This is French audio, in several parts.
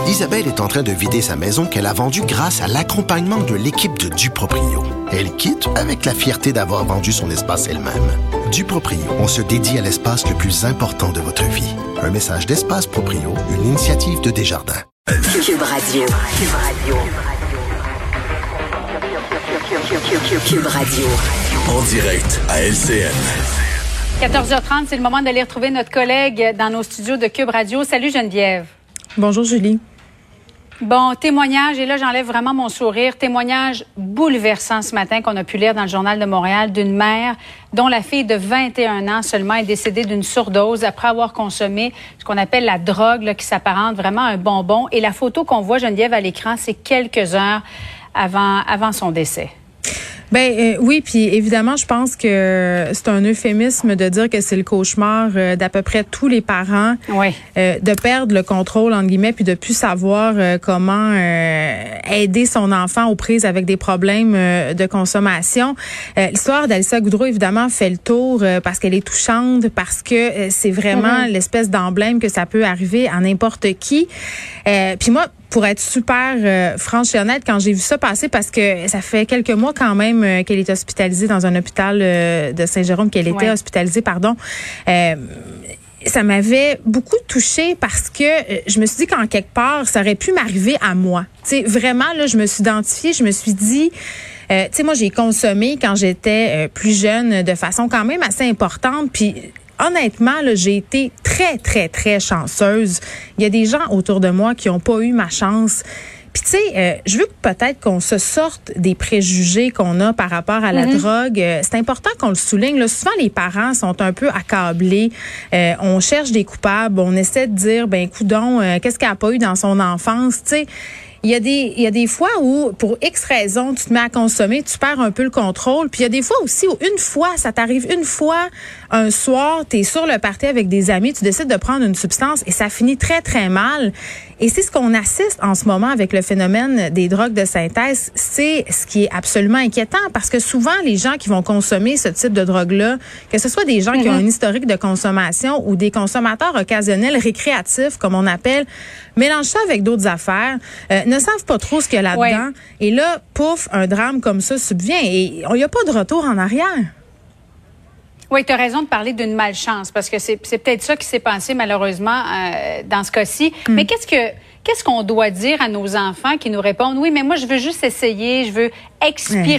Isabelle est en train de vider sa maison qu'elle a vendue grâce à l'accompagnement de l'équipe de Duproprio. Elle quitte avec la fierté d'avoir vendu son espace elle-même. Duproprio, on se dédie à l'espace le plus important de votre vie. Un message d'Espace Proprio, une initiative de Desjardins. Cube Radio. Cube Radio. En direct à LCN. 14h30, c'est le moment d'aller retrouver notre collègue dans nos studios de Cube Radio. Salut Geneviève. Bonjour Julie. Bon, témoignage, et là j'enlève vraiment mon sourire, témoignage bouleversant ce matin qu'on a pu lire dans le Journal de Montréal d'une mère dont la fille de 21 ans seulement est décédée d'une surdose après avoir consommé ce qu'on appelle la drogue, là, qui s'apparente vraiment à un bonbon. Et la photo qu'on voit, Geneviève, à l'écran, c'est quelques heures avant son décès. Oui, puis évidemment, je pense que c'est un euphémisme de dire que c'est le cauchemar d'à peu près tous les parents, oui. De perdre le contrôle, entre guillemets, puis de plus savoir comment aider son enfant aux prises avec des problèmes de consommation. L'histoire d'Alyssa Goudreau, évidemment, fait le tour parce qu'elle est touchante, parce que c'est vraiment l'espèce d'emblème que ça peut arriver à n'importe qui. Puis moi, pour être super franche et honnête, quand j'ai vu ça passer, parce que ça fait quelques mois quand même qu'elle est hospitalisée dans un hôpital de Saint-Jérôme, qu'elle était hospitalisée, ça m'avait beaucoup touchée parce que je me suis dit qu'en quelque part, ça aurait pu m'arriver à moi. Tu sais, vraiment, là, je me suis identifiée, je me suis dit... tu sais, moi, j'ai consommé quand j'étais plus jeune de façon quand même assez importante, puis... Honnêtement, là, j'ai été très, très, très chanceuse. Il y a des gens autour de moi qui n'ont pas eu ma chance. Puis tu sais, je veux peut-être qu'on se sorte des préjugés qu'on a par rapport à la drogue. C'est important qu'on le souligne. Là, souvent, les parents sont un peu accablés. On cherche des coupables. On essaie de dire, coudonc, qu'est-ce qu'elle n'a pas eu dans son enfance, tu sais. Il y a des fois où, pour X raisons, tu te mets à consommer, tu perds un peu le contrôle. Puis il y a des fois aussi où ça t'arrive une fois, un soir, t'es sur le party avec des amis, tu décides de prendre une substance et ça finit très, très mal. Et c'est ce qu'on assiste en ce moment avec le phénomène des drogues de synthèse. C'est ce qui est absolument inquiétant parce que souvent, les gens qui vont consommer ce type de drogue-là, que ce soit des gens qui ont un historique de consommation ou des consommateurs occasionnels récréatifs, comme on appelle, mélangent ça avec d'autres affaires, ne savent pas trop ce qu'il y a là-dedans. Et là, pouf, un drame comme ça subvient et il n'y a pas de retour en arrière. Oui, tu as raison de parler d'une malchance parce que c'est peut-être ça qui s'est passé malheureusement dans ce cas-ci. Mais qu'est-ce qu'on doit dire à nos enfants qui nous répondent « Oui, mais moi, je veux juste essayer, je veux expérimenter. »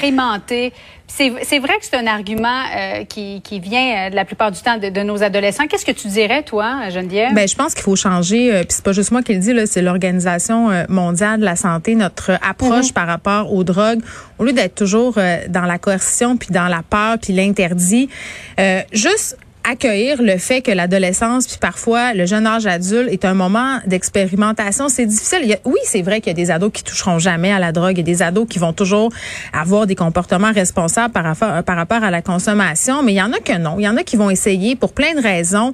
C'est vrai que c'est un argument qui vient de la plupart du temps de nos adolescents. Qu'est-ce que tu dirais, toi, Geneviève? Je pense qu'il faut changer, puis c'est pas juste moi qui le dis, là, c'est l'Organisation mondiale de la santé, notre approche par rapport aux drogues, au lieu d'être toujours dans la coercition, puis dans la peur, puis l'interdit, juste accueillir le fait que l'adolescence puis parfois le jeune âge adulte est un moment d'expérimentation. C'est difficile. Oui, c'est vrai qu'il y a des ados qui toucheront jamais à la drogue. Il y a des ados qui vont toujours avoir des comportements responsables par rapport à la consommation. Mais il y en a que non. Il y en a qui vont essayer pour plein de raisons.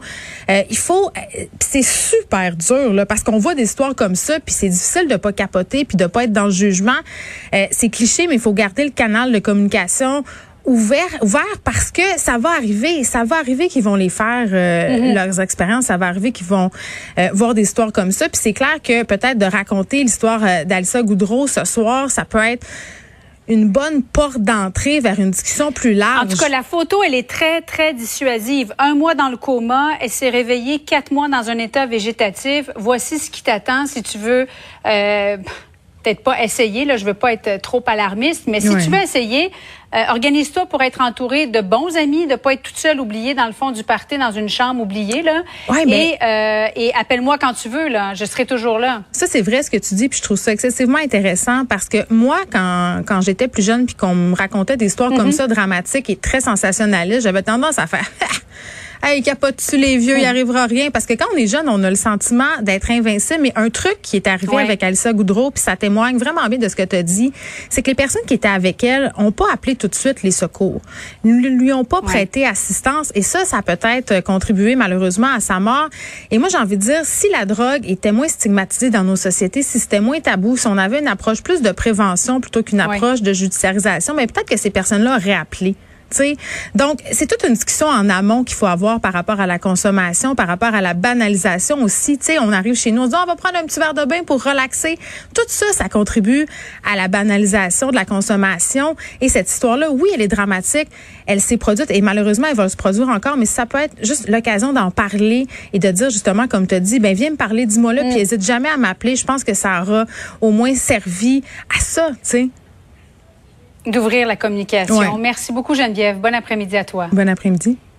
C'est super dur là parce qu'on voit des histoires comme ça puis c'est difficile de pas capoter puis de pas être dans le jugement. C'est cliché, mais il faut garder le canal de communication ouvert parce que ça va arriver qu'ils vont les faire leurs expériences, ça va arriver qu'ils vont voir des histoires comme ça, puis c'est clair que peut-être de raconter l'histoire d'Alyssa Goudreau ce soir, ça peut être une bonne porte d'entrée vers une discussion plus large. En tout cas, la photo, elle est très, très dissuasive. 1 mois dans le coma, elle s'est réveillée 4 mois dans un état végétatif. Voici ce qui t'attend si tu veux peut-être pas essayer, là, je veux pas être trop alarmiste, mais si tu veux essayer, organise-toi pour être entouré de bons amis, de pas être toute seule oubliée dans le fond du party, dans une chambre oubliée, là. Et appelle-moi quand tu veux, là. Je serai toujours là. Ça, c'est vrai ce que tu dis, puis je trouve ça excessivement intéressant parce que moi, quand j'étais plus jeune puis qu'on me racontait des histoires comme ça, dramatiques et très sensationnalistes, j'avais tendance à faire hey, capote-tu les vieux, il arrivera rien. Parce que quand on est jeune, on a le sentiment d'être invincible. Mais un truc qui est arrivé avec Alyssa Goudreau, puis ça témoigne vraiment bien de ce que tu as dit, c'est que les personnes qui étaient avec elle ont pas appelé tout de suite les secours. Ils ne lui ont pas prêté assistance. Et ça a peut-être contribué malheureusement à sa mort. Et moi, j'ai envie de dire, si la drogue était moins stigmatisée dans nos sociétés, si c'était moins tabou, si on avait une approche plus de prévention plutôt qu'une approche de judiciarisation, mais peut-être que ces personnes-là auraient appelé. sais. Donc, c'est toute une discussion en amont qu'il faut avoir par rapport à la consommation, par rapport à la banalisation aussi. Tu sais, on arrive chez nous, on dit on va prendre un petit verre de bain pour relaxer. Tout ça, ça contribue à la banalisation de la consommation. Et cette histoire-là, oui, elle est dramatique. Elle s'est produite et malheureusement, elle va se produire encore. Mais ça peut être juste l'occasion d'en parler et de dire justement, comme tu as dit, viens me parler, dis-moi là, puis n'hésite jamais à m'appeler. Je pense que ça aura au moins servi à ça, tu sais. D'ouvrir la communication. Ouais. Merci beaucoup, Geneviève. Bon après-midi à toi. Bon après-midi.